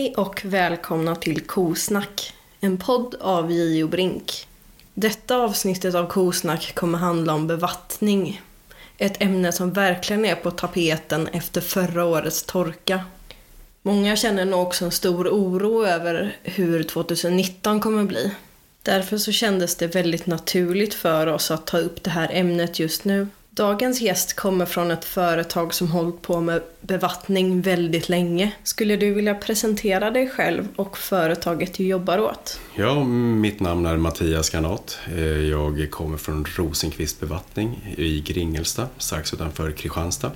Hej och välkomna till Kosnack, en podd av J.O. Brink. Detta avsnittet av Kosnack kommer handla om bevattning. Ett ämne som verkligen är på tapeten efter förra årets torka. Många känner nog också en stor oro över hur 2019 kommer bli. Därför så kändes det väldigt naturligt för oss att ta upp det här ämnet just nu. Dagens gäst kommer från ett företag som hållit på med bevattning väldigt länge. Skulle du vilja presentera dig själv och företaget du jobbar åt? Ja, mitt namn är Mattias Granat. Jag kommer från Rosenqvist bevattning i Gringelsta, strax utanför Kristianstad.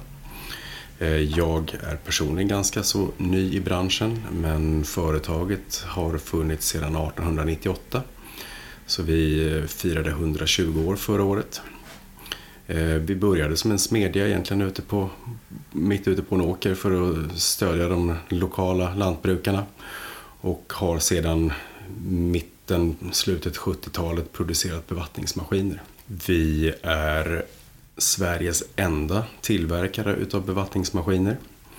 Jag är personligen ganska så ny i branschen, men företaget har funnits sedan 1898. Så vi firade 120 år förra året. Vi började som en smedja egentligen mitt ute på en åker för att stödja de lokala lantbrukarna och har sedan slutet 70-talet producerat bevattningsmaskiner. Vi är Sveriges enda tillverkare utav bevattningsmaskiner.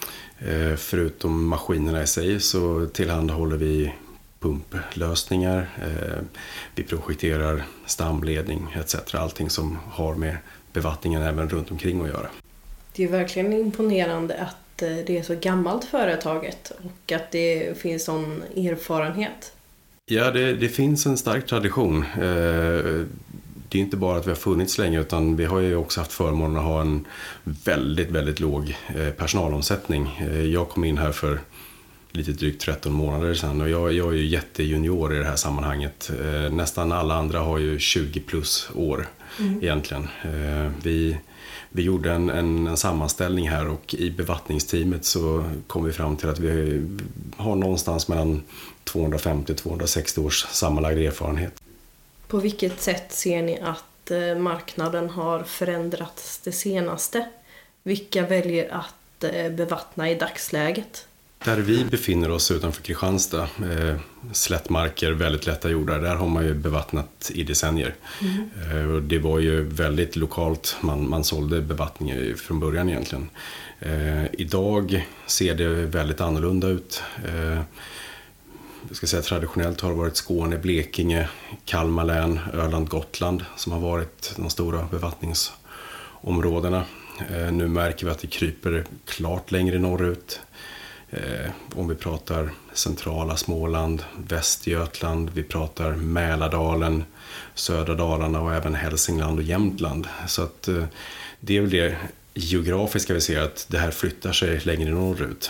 Förutom maskinerna i sig så tillhandahåller vi pumplösningar, vi projekterar stamledning etc. Allting som har med bevattningen även runt omkring att göra. Det är verkligen imponerande att det är så gammalt företaget och att det finns sån erfarenhet. Ja, det finns en stark tradition. Det är inte bara att vi har funnits länge, utan vi har ju också haft förmånen att ha en väldigt, väldigt låg personalomsättning. Jag kom in här för lite drygt 13 månader sedan och jag är ju jättejunior i det här sammanhanget. Nästan alla andra har ju 20 plus år egentligen. Vi gjorde en sammanställning här och i bevattningsteamet så kom vi fram till att vi har någonstans mellan 250-260 års sammanlagd erfarenhet. På vilket sätt ser ni att marknaden har förändrats det senaste? Vilka väljer att bevattna i dagsläget? Där vi befinner oss utanför Kristianstad, slättmarker, väldigt lätta jordar, där har man ju bevattnat i decennier. Det var ju väldigt lokalt, man sålde bevattning från början egentligen. Idag ser det väldigt annorlunda ut. Jag ska säga, traditionellt har det varit Skåne, Blekinge, Kalmar län, Öland, Gotland som har varit de stora bevattningsområdena. Nu märker vi att det kryper klart längre norrut. Om vi pratar centrala Småland, Västergötland, vi pratar Mälardalen, södra Dalarna och även Hälsingland och Jämtland. Så att det är väl det geografiska vi ser, att det här flyttar sig längre norrut.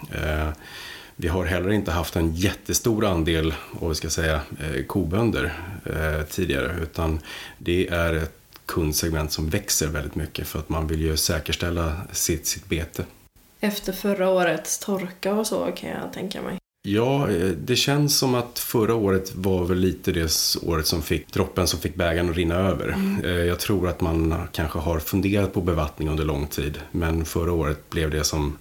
Vi har heller inte haft en jättestor andel, och vi ska säga kobönder tidigare, utan det är ett kundsegment som växer väldigt mycket för att man vill ju säkerställa sitt bete. Efter förra årets torka och så kan jag tänka mig. Ja, det känns som att förra året var väl lite det året som fick droppen som fick bägaren att rinna över. Jag tror att man kanske har funderat på bevattning under lång tid, men förra året blev det som,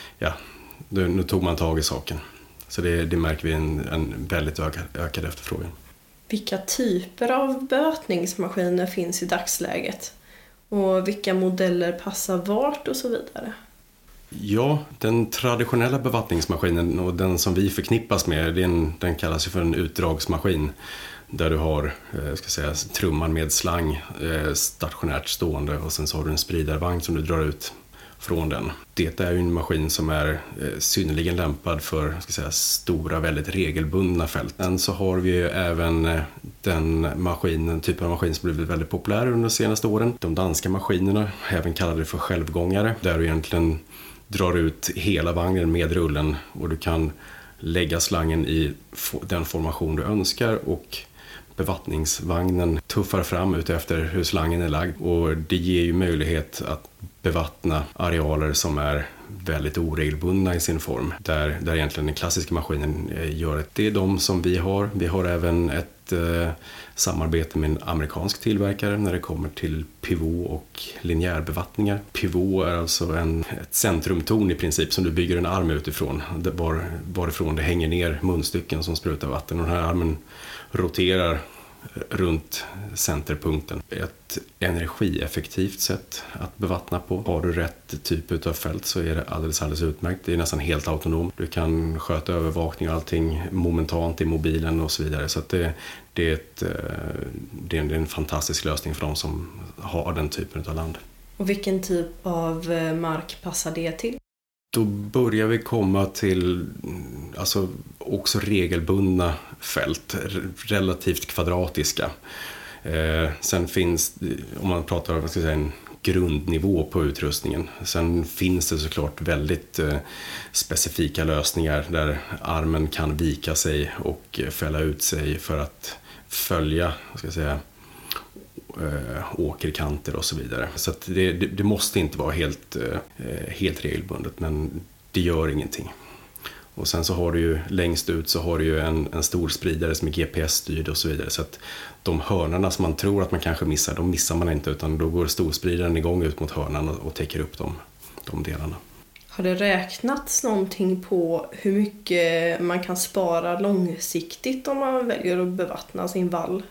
nu tog man tag i saken. Så det märker vi en väldigt ökad efterfrågan. Vilka typer av bevattningsmaskiner finns i dagsläget? Och vilka modeller passar vart och så vidare? Ja, den traditionella bevattningsmaskinen och den som vi förknippas med, den kallas ju för en utdragsmaskin. Där du har trumman med slang stationärt stående och sen så har du en spridarvagn som du drar ut från den. Det är ju en maskin som är synnerligen lämpad för stora, väldigt regelbundna fält. Sen så har vi ju även den typen av maskin som blivit väldigt populär under de senaste åren. De danska maskinerna, även kallade för självgångare, där du egentligen drar ut hela vagnen med rullen och du kan lägga slangen i den formation du önskar och bevattningsvagnen tuffar fram ut efter hur slangen är lagd, och det ger ju möjlighet att bevattna arealer som är väldigt oregelbundna i sin form, där egentligen den klassiska maskinen gör det. Det är de som vi har. Vi har även ett samarbete med en amerikansk tillverkare när det kommer till pivot och linjärbevattningar. Pivot är alltså ett centrumtorn i princip som du bygger en arm utifrån, varifrån det hänger ner munstycken som sprutar vatten, och den här armen roterar runt centerpunkten. Ett energieffektivt sätt att bevattna på. Har du rätt typ av fält så är det alldeles utmärkt. Det är nästan helt autonomt. Du kan sköta övervakning och allting momentant i mobilen och så vidare. Så att det är en fantastisk lösning för de som har den typen av land. Och vilken typ av mark passar det till? Då börjar vi komma till alltså också regelbundna fält, relativt kvadratiska. Sen finns, om man pratar om en grundnivå på utrustningen, sen finns det såklart väldigt specifika lösningar där armen kan vika sig och fälla ut sig för att följa, åkerkanter och så vidare. Så att det måste inte vara helt regelbundet, men det gör ingenting. Och sen så har du ju längst ut så har du ju en stor spridare som är GPS-styrd och så vidare. Så att de hörnorna som man tror att man kanske missar, de missar man inte, utan då går storspridaren igång ut mot hörnan och täcker upp de delarna. Har det räknats någonting på hur mycket man kan spara långsiktigt om man väljer att bevattna sin vall?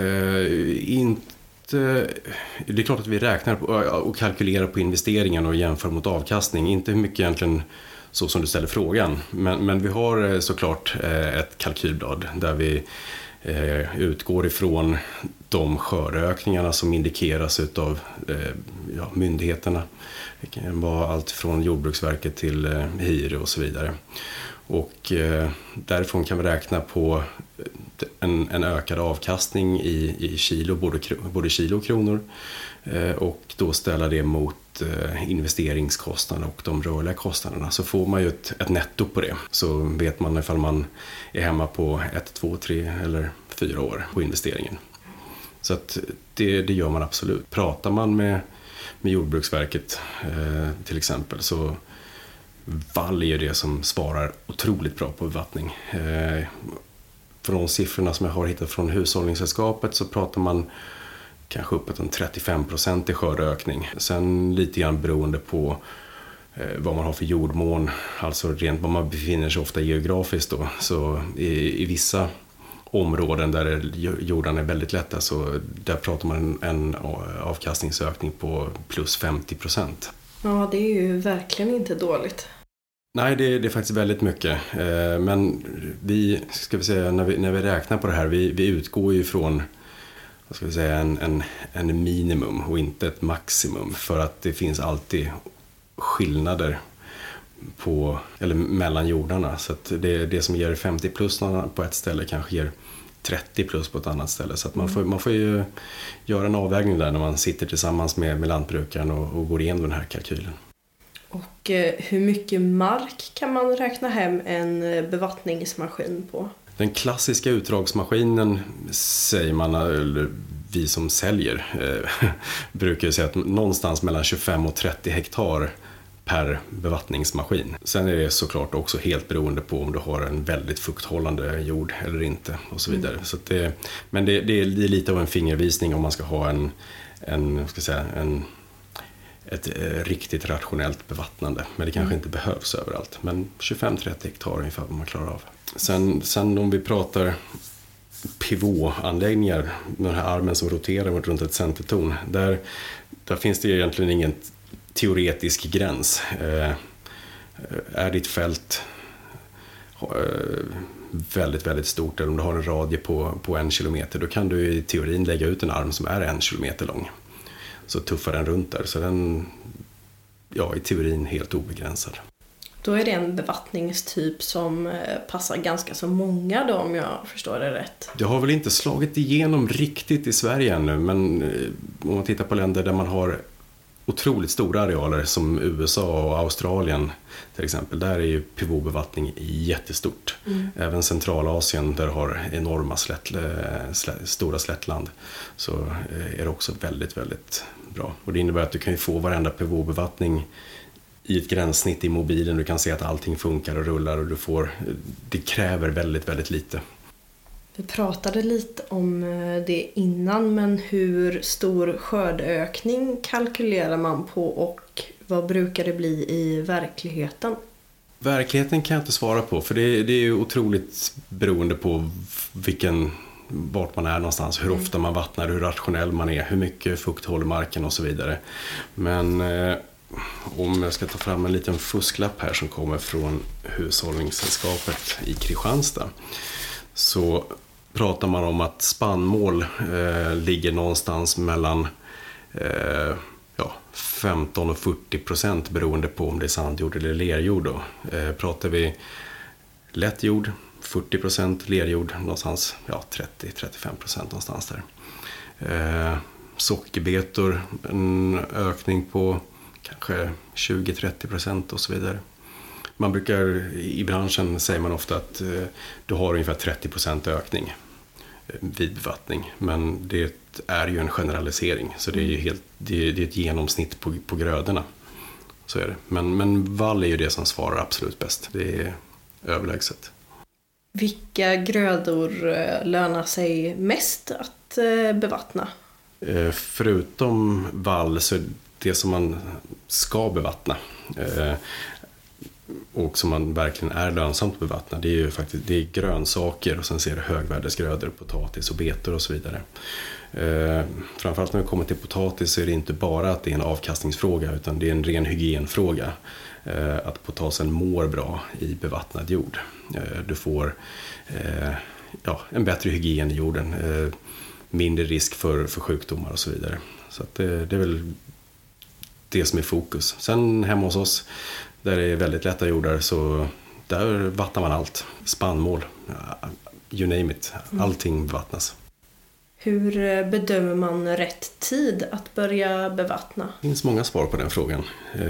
Det är klart att vi räknar på och kalkylerar på investeringen och jämför mot avkastning. Inte hur mycket egentligen så som du ställer frågan. Men vi har såklart ett kalkylblad där vi utgår ifrån de skördeökningarna som indikeras utav myndigheterna. Det kan vara allt från Jordbruksverket till HIRE och så vidare. Och därifrån kan vi räkna på en ökad avkastning i kilo, både kilo och kronor, och då ställa det mot investeringskostnader och de rörliga kostnaderna, så får man ju ett netto på det. Så vet man ifall man är hemma på 1, 2, 3 eller 4 år på investeringen. Så att det gör man absolut. Pratar man med Jordbruksverket till exempel, så vall är det som svarar otroligt bra på bevattning. Från siffrorna som jag har hittat från Hushållningssällskapet så pratar man kanske uppåt en 35% i skördeökning. Sen lite grann beroende på vad man har för jordmån, alltså rent vad man befinner sig ofta geografiskt då. Så i vissa områden där jordarna är väldigt lätta, så där pratar man en avkastningsökning på plus 50%. Ja, det är ju verkligen inte dåligt. Nej, det är faktiskt väldigt mycket. Men när vi räknar på det här, vi utgår ju från en minimum och inte ett maximum, för att det finns alltid skillnader mellan jordarna. Så att det som ger 50 plus på ett ställe kanske ger 30 plus på ett annat ställe. Så att man får ju göra en avvägning där när man sitter tillsammans med lantbrukaren och går igenom den här kalkylen. Och hur mycket mark kan man räkna hem en bevattningsmaskin på? Den klassiska utdragsmaskinen, säger man, eller vi som säljer brukar säga att någonstans mellan 25 och 30 hektar per bevattningsmaskin. Sen är det såklart också helt beroende på om du har en väldigt fukthållande jord eller inte och så vidare. Så att men det är lite av en fingervisning om man ska ha ett riktigt rationellt bevattnande. Men det kanske inte behövs överallt. Men 25-30 hektar är ungefär vad man klarar av. Sen om vi pratar pivotanläggningar, den här armen som roterar runt ett centertorn, där finns det egentligen ingen teoretisk gräns. Är ditt fält väldigt, väldigt stort, eller om du har en radie på 1 kilometer, då kan du i teorin lägga ut en arm som är 1 kilometer lång. Så tuffar den runt där. Så den, i teorin helt obegränsad. Då är det en bevattningstyp som passar ganska så många då, om jag förstår det rätt. Det har väl inte slagit igenom riktigt i Sverige ännu, men om man tittar på länder där man har otroligt stora arealer som USA och Australien till exempel, där är ju pivotbevattning jättestort. Även Centralasien, där har enorma stora slättland, så är det också väldigt, väldigt bra. Och det innebär att du kan ju få varenda pivotbevattning i ett gränssnitt i mobilen. Du kan se att allting funkar och rullar, och det kräver väldigt, väldigt lite. Vi pratade lite om det innan, men hur stor skördeökning kalkylerar man på och vad brukar det bli i verkligheten? Verkligheten kan jag inte svara på, för det är ju otroligt beroende på vilken vart man är någonstans, hur ofta man vattnar, hur rationell man är, hur mycket fukt håller marken och så vidare. Men om jag ska ta fram en liten fusklapp här som kommer från Hushållningssällskapet i Kristianstad, så pratar man om att spannmål ligger någonstans mellan 15 och 40% beroende på om det är sandjord eller lerjord. Pratar vi lätt jord 40%, lerjord någonstans 30-35% någonstans där. Sockerbetor en ökning på kanske 20-30% och så vidare. Man brukar, i branschen säger man ofta att du har ungefär 30% ökning vid bevattning, men det är ju en generalisering, så det är ju det är ett genomsnitt på grödorna. Så är det. Men vall är ju det som svarar absolut bäst. Det är överlägset. Vilka grödor lönar sig mest att bevattna? Förutom vall så är det som man ska bevattna och som man verkligen är lönsamt att bevattna, det är ju faktiskt grönsaker, och sen ser det högvärdesgrödor, potatis och betor och så vidare. Framförallt när vi kommer till potatis så är det inte bara att det är en avkastningsfråga, utan det är en ren hygienfråga. Att potatisen mår bra i bevattnad jord. Du får en bättre hygien i jorden, mindre risk för sjukdomar och så vidare. Så att det är väl det som är fokus. Sen hemma hos oss, där det är väldigt lätta jordar, så där vattnar man allt. Spannmål, you name it. Allting vattnas. Hur bedömer man rätt tid att börja bevattna? Det finns många svar på den frågan.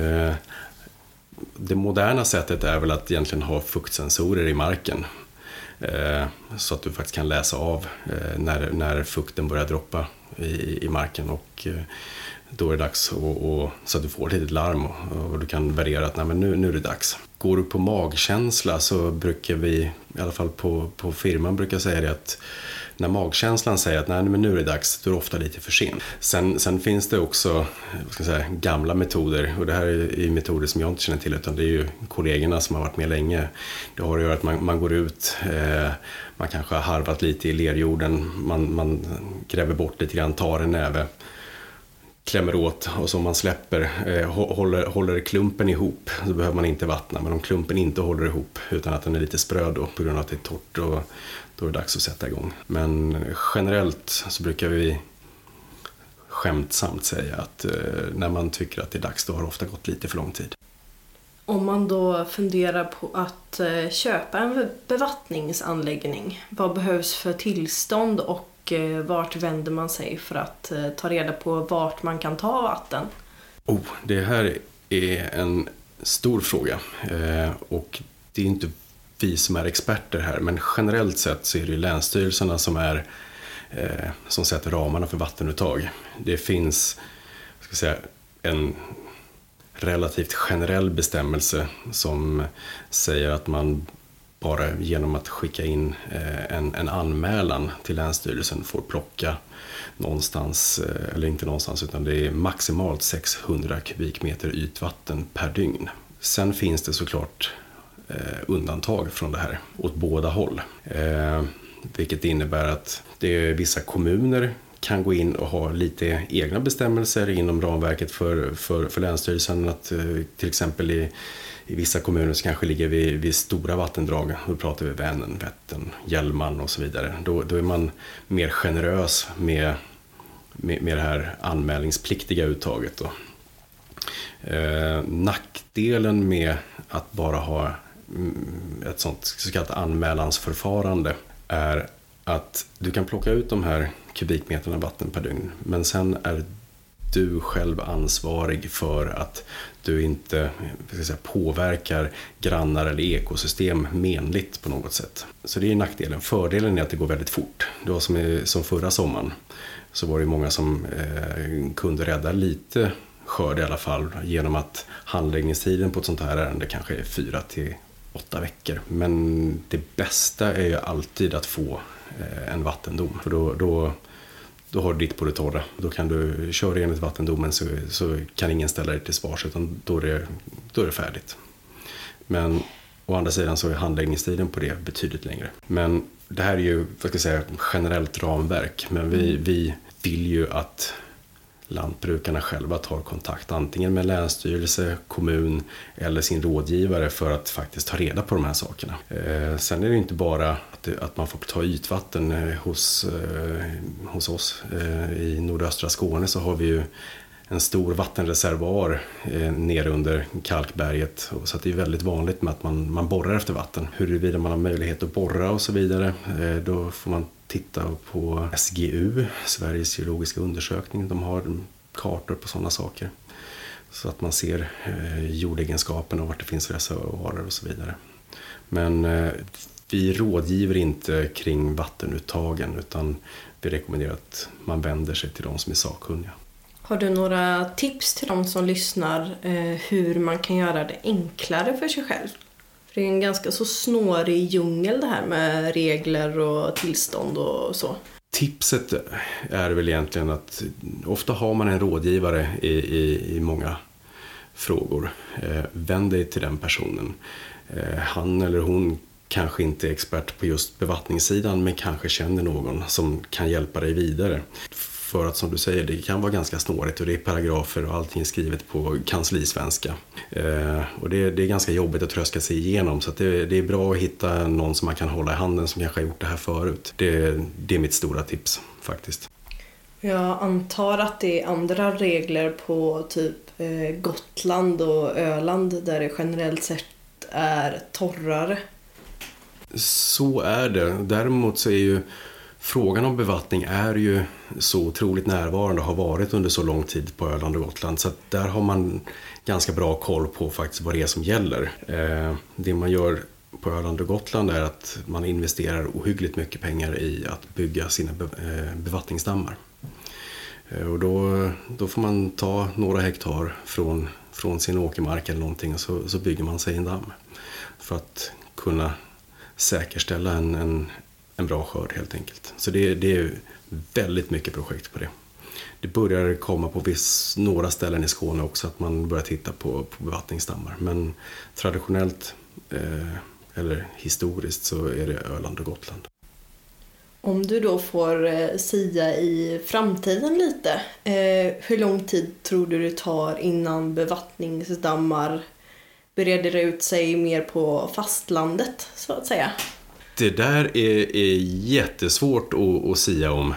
Det moderna sättet är väl att egentligen ha fuktsensorer i marken. Så att du faktiskt kan läsa av när fukten börjar droppa i marken, och då är det dags så att du får ett litet larm och du kan värdera att nu är det dags. Går du på magkänsla så brukar vi, i alla fall på firman brukar säga det, att när magkänslan säger att men nu är det dags, då är det ofta lite för sent. Sen finns det också gamla metoder, och det här är metoder som jag inte känner till, utan det är ju kollegorna som har varit med länge. Det har att göra att man går ut, man kanske har harvat lite i lerjorden, man gräver bort lite grann, tar en näve, klämmer åt, och så man släpper, håller klumpen ihop, så behöver man inte vattna. Men om klumpen inte håller ihop utan att den är lite spröd då, på grund av att det är torrt, då är det dags att sätta igång. Men generellt så brukar vi skämtsamt säga att när man tycker att det är dags, då har det ofta gått lite för lång tid. Om man då funderar på att köpa en bevattningsanläggning, vad behövs för tillstånd och vart vänder man sig för att ta reda på vart man kan ta vatten? Det här är en stor fråga, och det är inte vi som är experter här, men generellt sett så är det länsstyrelserna som sätter ramarna för vattenuttag. Det finns en relativt generell bestämmelse som säger att man bara genom att skicka in en anmälan till länsstyrelsen får plocka någonstans, eller inte någonstans, utan det är maximalt 600 kubikmeter ytvatten per dygn. Sen finns det såklart undantag från det här åt båda håll. Vilket innebär att vissa kommuner kan gå in och ha lite egna bestämmelser inom ramverket för länsstyrelsen. Att till exempel i vissa kommuner så kanske ligger vid stora vattendrag, då pratar vi Vänern, Vättern, Hjälman och så vidare. Då är man mer generös med det här anmälningspliktiga uttaget då. Nackdelen med att bara ha ett sånt så kallat anmälansförfarande är att du kan plocka ut de här kubikmeterna vatten per dygn, men sen är du själv ansvarig för att du inte påverkar grannar eller ekosystem menligt på något sätt. Så det är nackdelen. Fördelen är att det går väldigt fort. Det var som förra sommaren, så var det många som kunde rädda lite skörd i alla fall, genom att handläggningstiden på ett sånt här ärende kanske är 4 till 8 veckor. Men det bästa är ju alltid att få en vattendom. För då har du ditt på det torra. Då kan du köra enligt vattendomen, så kan ingen ställa dig till svars, utan då är det färdigt. Men å andra sidan så är handläggningstiden på det betydligt längre. Men det här är ju, vad ska jag säga, generellt ramverk, men vi vill ju att lantbrukarna själva tar kontakt antingen med länsstyrelse, kommun eller sin rådgivare för att faktiskt ta reda på de här sakerna. Sen är det inte bara att man får ta ytvatten hos oss. I nordöstra Skåne så har vi ju en stor vattenreservoar ner under kalkberget, så att det är väldigt vanligt med att man borrar efter vatten. Huruvida man har möjlighet att borra och så vidare, då får man titta på SGU, Sveriges geologiska undersökning. De har kartor på sådana saker så att man ser jordegenskaperna och vart det finns reservoarer och så vidare. Men vi rådgiver inte kring vattenuttagen, utan vi rekommenderar att man vänder sig till de som är sakkunniga. Har du några tips till de som lyssnar hur man kan göra det enklare för sig själv? För det är en ganska så snårig djungel det här med regler och tillstånd och så. Tipset är väl egentligen att ofta har man en rådgivare i många frågor. Vänd dig till den personen. Han eller hon kanske inte är expert på just bevattningssidan, men kanske känner någon som kan hjälpa dig vidare. För att, som du säger, det kan vara ganska snårigt och det är paragrafer och allting är skrivet på kanslisvenska. Och det är ganska jobbigt att tröska sig igenom, så att det är bra att hitta någon som man kan hålla i handen som kanske har gjort det här förut. Det är mitt stora tips faktiskt. Jag antar att det är andra regler på typ Gotland och Öland där det generellt sett är torrare. Så är det. Däremot så är ju frågan om bevattning är ju så otroligt närvarande och har varit under så lång tid på Öland och Gotland, så att där har man ganska bra koll på faktiskt vad det är som gäller. Det man gör på Öland och Gotland är att man investerar ohyggligt mycket pengar i att bygga sina bevattningsdammar. Och då får man ta några hektar från sin åkermark eller någonting, och så bygger man sig en damm för att kunna säkerställa en bra skörd helt enkelt. Så det är väldigt mycket projekt på det. Det börjar komma på några ställen i Skåne också att man börjar titta på bevattningsdammar. Men traditionellt eller historiskt så är det Öland och Gotland. Om du då får sia i framtiden lite, hur lång tid tror du det tar innan bevattningsdammar breder ut sig mer på fastlandet så att säga? Det där är jättesvårt att sia om.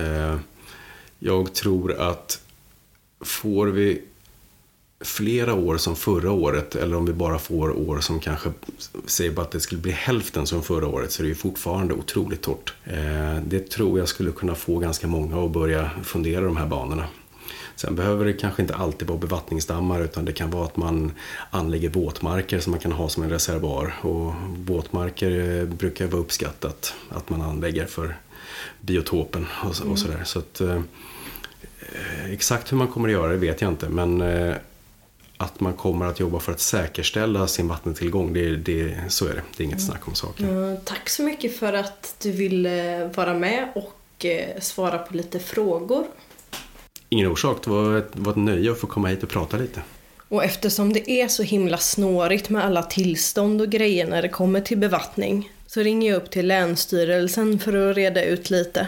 Jag tror att får vi flera år som förra året, eller om vi bara får år som kanske säger bara att det skulle bli hälften som förra året, så är det ju fortfarande otroligt torrt. Det tror jag skulle kunna få ganska många att börja fundera de här banorna. Sen behöver det kanske inte alltid vara bevattningsdammar, utan det kan vara att man anlägger våtmarker som man kan ha som en reservoar. Och våtmarker brukar vara uppskattat att man anlägger för biotopen och sådär. Så att, exakt hur man kommer att göra det vet jag inte, men att man kommer att jobba för att säkerställa sin vattentillgång, så är det. Det är inget snack om saken. Tack så mycket för att du ville vara med och svara på lite frågor. Ingen orsak, det var ett nöje att få komma hit och prata lite. Och eftersom det är så himla snårigt med alla tillstånd och grejer när det kommer till bevattning, så ringer jag upp till Länsstyrelsen för att reda ut lite.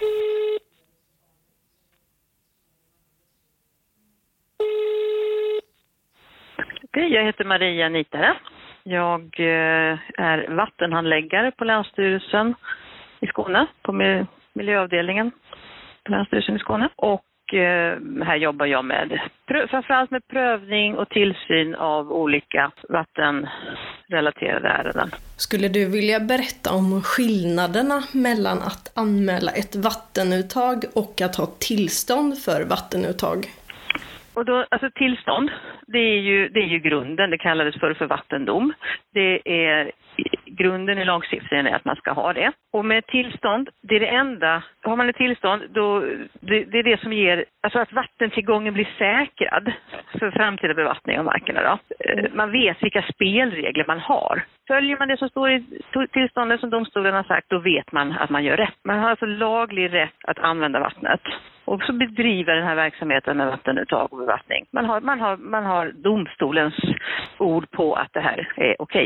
Okej, jag heter Maria Nitare. Jag är vattenhandläggare på Länsstyrelsen i Skåne, på miljöavdelningen på Länsstyrelsen i Skåne. Och här jobbar jag med framförallt med prövning och tillsyn av olika vattenrelaterade ärenden. Skulle du vilja berätta om skillnaderna mellan att anmäla ett vattenuttag och att ha tillstånd för vattenuttag? Och då, alltså tillstånd, det är ju grunden, det kallades för vattendom. Det är grunden i lagstiftningen är att man ska ha det. Och med tillstånd, det är det enda, har man ett tillstånd, då det är det som ger, alltså att vattentillgången blir säkrad för framtida bevattning av markerna då. Man vet vilka spelregler man har. Följer man det som står i tillståndet som domstolen har sagt, då vet man att man gör rätt. Man har alltså laglig rätt att använda vattnet. Och så bedriver den här verksamheten med vattenuttag och bevattning. Man har domstolens ord på att det här är okej.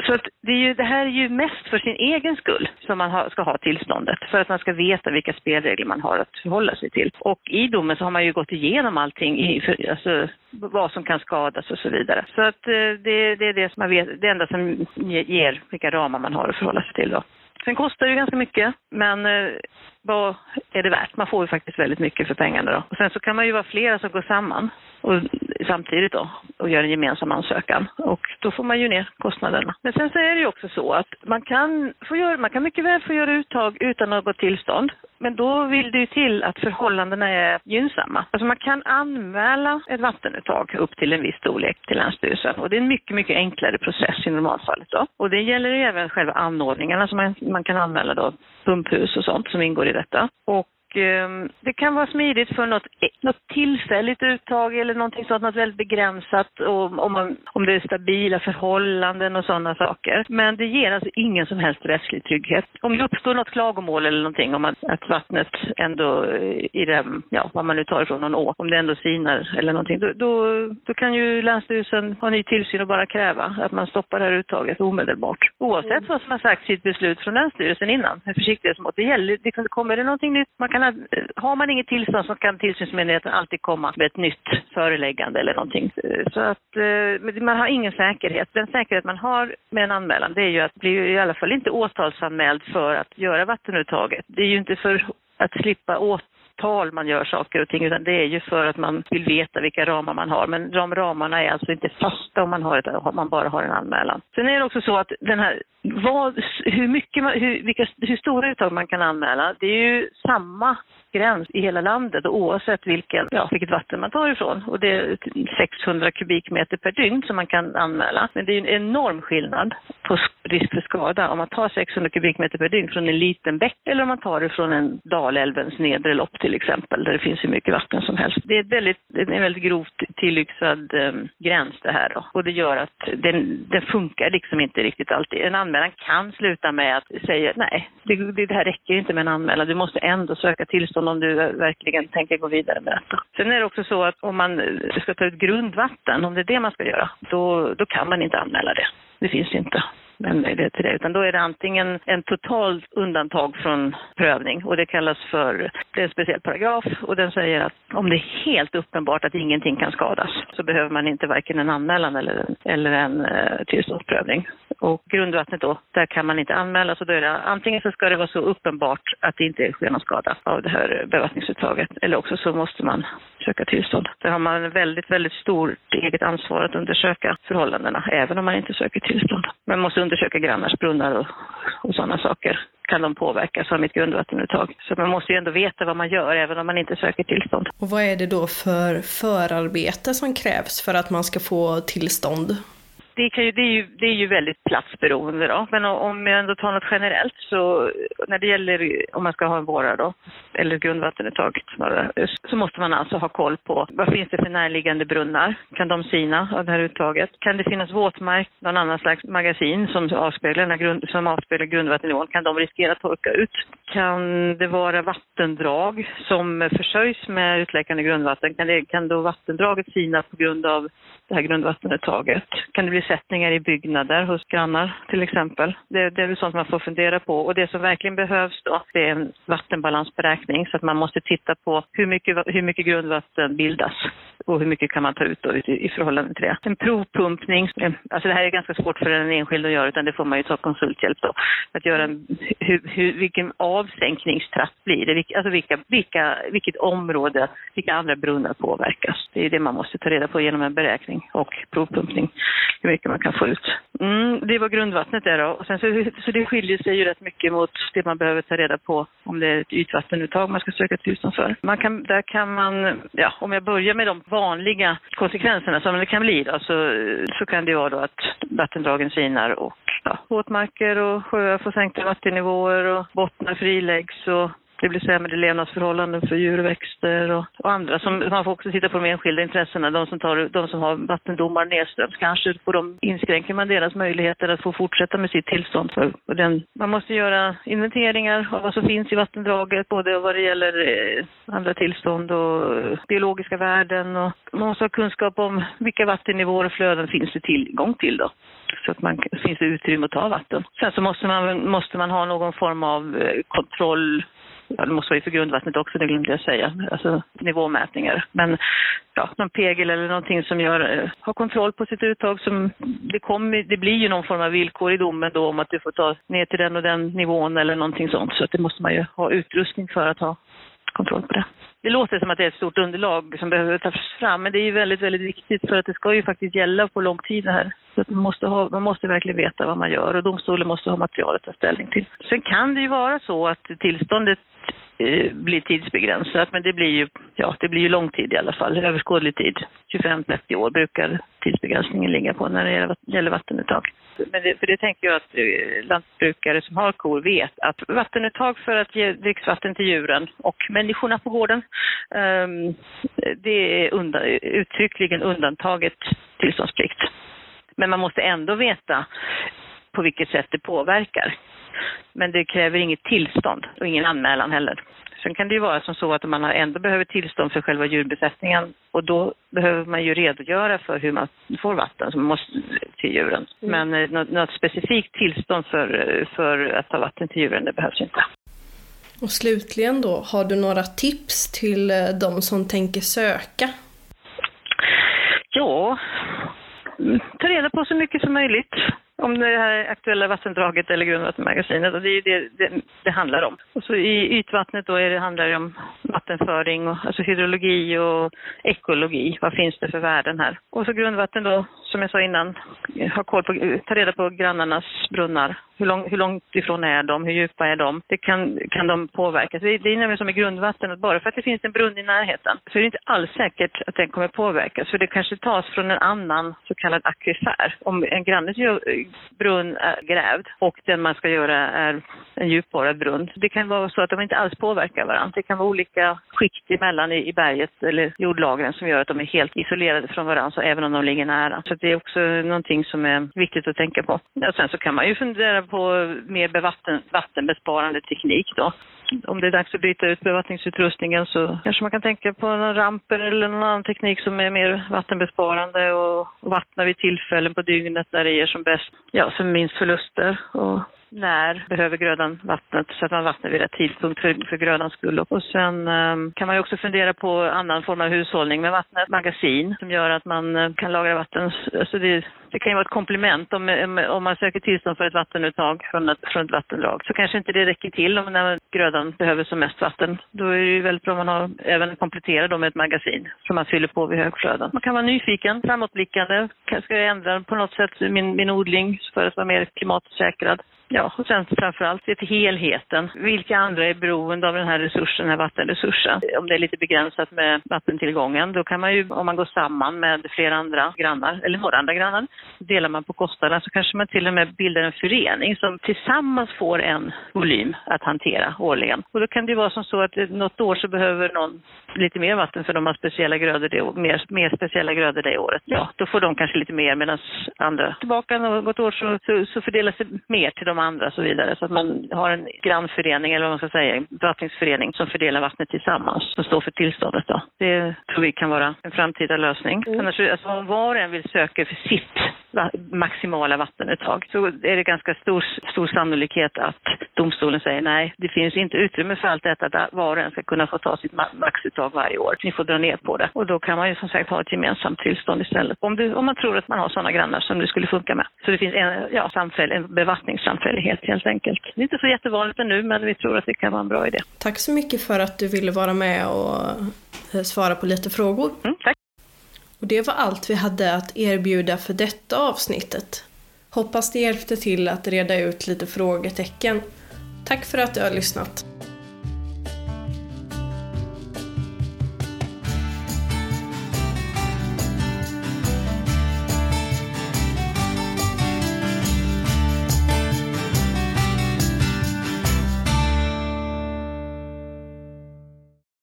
Så att det här är ju mest för sin egen skull som man ska ha tillståndet. För att man ska veta vilka spelregler man har att förhålla sig till. Och i domen så har man ju gått igenom allting, alltså vad som kan skadas och så vidare. Så att det är det som man vet, det enda som ger vilka ramar man har att förhålla sig till då. Sen kostar det ju ganska mycket, men vad är det värt? Man får ju faktiskt väldigt mycket för pengarna då. Och sen så kan man ju vara flera som går samman och samtidigt då och gör en gemensam ansökan. Och då får man ju ner kostnaderna. Men sen så är det ju också så att man kan mycket väl få göra uttag utan något tillstånd. Men då vill det ju till att förhållandena är gynnsamma. Alltså man kan anmäla ett vattenuttag upp till en viss storlek till Länsstyrelsen. Och det är en mycket, mycket enklare process i normalfallet då. Och det gäller ju även själva anordningarna som man kan anmäla då. Pumphus och sånt som ingår i detta. Och det kan vara smidigt för något tillfälligt uttag eller någonting sånt, något väldigt begränsat om det är stabila förhållanden och sådana saker. Men det ger alltså ingen som helst rättslig trygghet. Om det uppstår något klagomål eller någonting om att vattnet ändå i det, vad man nu tar ifrån någon å, om det ändå sinar eller någonting, då kan ju Länsstyrelsen ha ny tillsyn och bara kräva att man stoppar det här uttaget omedelbart. Oavsett vad som har sagt sitt beslut från Länsstyrelsen innan, med försiktighetsmått. Det gäller, kommer det någonting nytt, har man inget tillstånd så kan tillsynsmyndigheten alltid komma med ett nytt föreläggande eller någonting. Så att man har ingen säkerhet. Den säkerhet man har med en anmälan, det är ju att bli i alla fall inte åtalsanmäld för att göra vattenuttaget. Det är ju inte för att slippa åtal man gör saker och ting, utan det är ju för att man vill veta vilka ramar man har. Men de ramarna är alltså inte fasta om man bara har en anmälan. Sen är det också så att den här hur stora uttag man kan anmäla, det är ju samma gräns i hela landet och oavsett vilket vatten man tar ifrån. Och det är 600 kubikmeter per dygn som man kan anmäla. Men det är en enorm skillnad på risk för skada om man tar 600 kubikmeter per dygn från en liten bäck eller om man tar det från en Dalälvens nedre lopp till exempel, där det finns hur mycket vatten som helst. Det är en väldigt grovt tillyxad gräns det här då. Och det gör att den funkar liksom inte riktigt alltid. En anmälan kan sluta med att säga nej, det här räcker inte med en anmälan. Du måste ändå söka tillstånd om du verkligen tänker gå vidare med detta. Sen är det också så att om man ska ta ut grundvatten, om det är det man ska göra, då kan man inte anmäla det. Det finns inte en möjlighet till det. Utan då är det antingen en total undantag från prövning och det kallas för en speciell paragraf och den säger att om det är helt uppenbart att ingenting kan skadas så behöver man inte varken en anmälan eller en tillståndsprövning. Och grundvattnet då, där kan man inte anmäla, så då är det antingen så ska det vara så uppenbart att det inte sker någon skada av det här bevattningsuttaget eller också så måste man söka tillstånd. Där har man väldigt, väldigt stort eget ansvar att undersöka förhållandena även om man inte söker tillstånd. Man måste undersöka grannars brunnar och sådana saker. Kan de påverkas av mitt grundvattenuttag. Så man måste ju ändå veta vad man gör även om man inte söker tillstånd. Och vad är det då för förarbete som krävs för att man ska få tillstånd? Det är ju väldigt platsberoende då. Men om jag ändå tar något generellt så när det gäller om man ska ha en våra då eller grundvattenuttag så måste man alltså ha koll på vad finns det för närliggande brunnar. Kan de sina av det här uttaget? Kan det finnas våtmark, någon annan slags magasin som avspeglar grundvattennivån? Kan de riskera att torka ut? Kan det vara vattendrag som försörjs med utläckande grundvatten? Kan då vattendraget sina på grund av det här grundvattenuttaget? Kan det bli sättningar i byggnader hos grannar till exempel? Det är väl sånt man får fundera på. Och det som verkligen behövs då, det är en vattenbalansberäkning så att man måste titta på hur mycket grundvatten bildas och hur mycket kan man ta ut då i förhållande till det. En provpumpning, alltså det här är ganska svårt för en enskild att göra utan det får man ju ta konsulthjälp då. Att göra vilken avsänkningstratt blir det, alltså vilket område, vilka andra brunnar påverkas. Det är det man måste ta reda på genom en beräkning och provpumpning. Hur mycket man kan få ut. Det var grundvattnet där då. Och sen så det skiljer sig ju rätt mycket mot det man behöver ta reda på om det är ett ytvattenuttag man ska söka tillstånd för. Om jag börjar med de vanliga konsekvenserna som det kan bli då, så kan det vara då att vattendragen sinar och våtmarker och sjöar får sänkta vattennivåer och bottnar friläggs och det blir sämre levnadsförhållanden för djur och växter och andra. Man får också titta på de enskilda intressena. De som har vattendomar nedströms kanske, på dem inskränker man deras möjligheter att få fortsätta med sitt tillstånd. Man måste göra inventeringar av vad som finns i vattendraget, både vad det gäller andra tillstånd och biologiska värden. Och man måste ha kunskap om vilka vattennivåer och flöden finns det tillgång till då. så att man finns det utrymme att ta vatten. Sen så måste man ha någon form av kontroll. Ja, det måste vara för grundvattnet också, det glömde jag säga. Alltså nivåmätningar. Men ja, någon pegel eller någonting som har kontroll på sitt uttag. Det blir ju någon form av villkor i domen då om att du får ta ner till den och den nivån eller någonting sånt. Så att det måste man ju ha utrustning för att ha kontroll på det. Det låter som att det är ett stort underlag som behöver tas fram, men det är ju väldigt, väldigt viktigt för att det ska ju faktiskt gälla på lång tid det här. Så att man måste verkligen veta vad man gör och domstolen måste ha materialet att ta ställning till. Sen kan det ju vara så att tillståndet blir tidsbegränsat, men det blir ju lång tid i alla fall, överskådlig tid. 25-30 år brukar tidsbegränsningen ligga på när det gäller vattenuttag. För det tänker jag att lantbrukare som har kor vet att vattenuttag för att ge dricksvatten till djuren och människorna på gården, det är uttryckligen undantaget tillståndsplikt. Men man måste ändå veta på vilket sätt det påverkar. Men det kräver inget tillstånd och ingen anmälan heller. Sen kan det ju vara som så att man ändå behöver tillstånd för själva djurbesättningen och då behöver man ju redogöra för hur man får vatten som måste till djuren. Men något specifikt tillstånd för att ta vatten till djuren, det behövs inte. Och slutligen då, har du några tips till de som tänker söka? Ja, ta reda på så mycket som möjligt om det här aktuella vattendraget eller grundvattenmagasinet. Och det är ju det handlar om. Och så i ytvattnet då handlar det om vattenföring, alltså hydrologi och ekologi. Vad finns det för värden här? Och så grundvatten då, som jag sa innan, ta reda på grannarnas brunnar. Hur långt ifrån är de? Hur djupa är de? Det kan de påverka. Det är nämligen som i grundvatten, att bara för att det finns en brunn i närheten så är det inte alls säkert att den kommer påverkas. För det kanske tas från en annan så kallad akvifär. Om en grannes brunn är grävd och den man ska göra är en djupborrad brunn. Det kan vara så att de inte alls påverkar varandra. Det kan vara olika skikt emellan i berget eller jordlagren som gör att de är helt isolerade från varandra, så även om de ligger nära. Så det är också någonting som är viktigt att tänka på. Och sen så kan man ju fundera på mer vattenbesparande teknik då. Om det är dags att byta ut bevattningsutrustningen så kanske man kan tänka på några ramper eller någon annan teknik som är mer vattenbesparande och vattna vid tillfällen på dygnet där det ger som bäst, som minst förluster. Och när behöver grödan vattnet så att man vattnar vid rätt tidpunkt för grödans skull. Och sen kan man ju också fundera på annan form av hushållning med vattnet, magasin som gör att man kan lagra vatten. Alltså det kan ju vara ett komplement om man söker tillstånd för ett vattenuttag från ett vattendrag. Så kanske inte det räcker till om när grödan behöver som mest vatten. Då är det ju väldigt bra om man har även kompletterat med ett magasin som man fyller på vid högflöden. Man kan vara nyfiken, framåtblickande. Ska jag ändra på något sätt min odling för att vara mer klimatsäkrad? Ja, och sen framförallt se till helheten. Vilka andra är beroende av den här resursen, den här vattenresursen? Om det är lite begränsat med vattentillgången, då kan man ju, om man går samman med flera andra grannar, eller några andra grannar, delar man på kostnaderna, så kanske man till och med bildar en förening som tillsammans får en volym att hantera årligen. Och då kan det vara som så att något år så behöver någon lite mer vatten för de har speciella grödor mer speciella grödor det året. Ja, då får de kanske lite mer medan andra tillbaka något år så fördelas det mer till de andra och så vidare. Så att man har en grannförening eller vad man ska säga, en bevattningsförening som fördelar vattnet tillsammans som står för tillståndet då. Det tror vi kan vara en framtida lösning. Annars, alltså, om var och en vill söka för sitt maximala vattenuttag så är det ganska stor sannolikhet att domstolen säger nej, det finns inte utrymme för allt detta att var och en ska kunna få ta sitt maxuttag varje år. Ni får dra ner på det. Och då kan man ju som sagt ha ett gemensamt tillstånd istället. Om man tror att man har sådana grannar som det skulle funka med. Så det finns en bevattningssamfällighet helt enkelt. Det är inte så jättevanligt ännu, men vi tror att det kan vara en bra idé. Tack så mycket för att du ville vara med och svara på lite frågor. Tack. Och det var allt vi hade att erbjuda för detta avsnittet. Hoppas det hjälpte till att reda ut lite frågetecken. Tack för att du har lyssnat.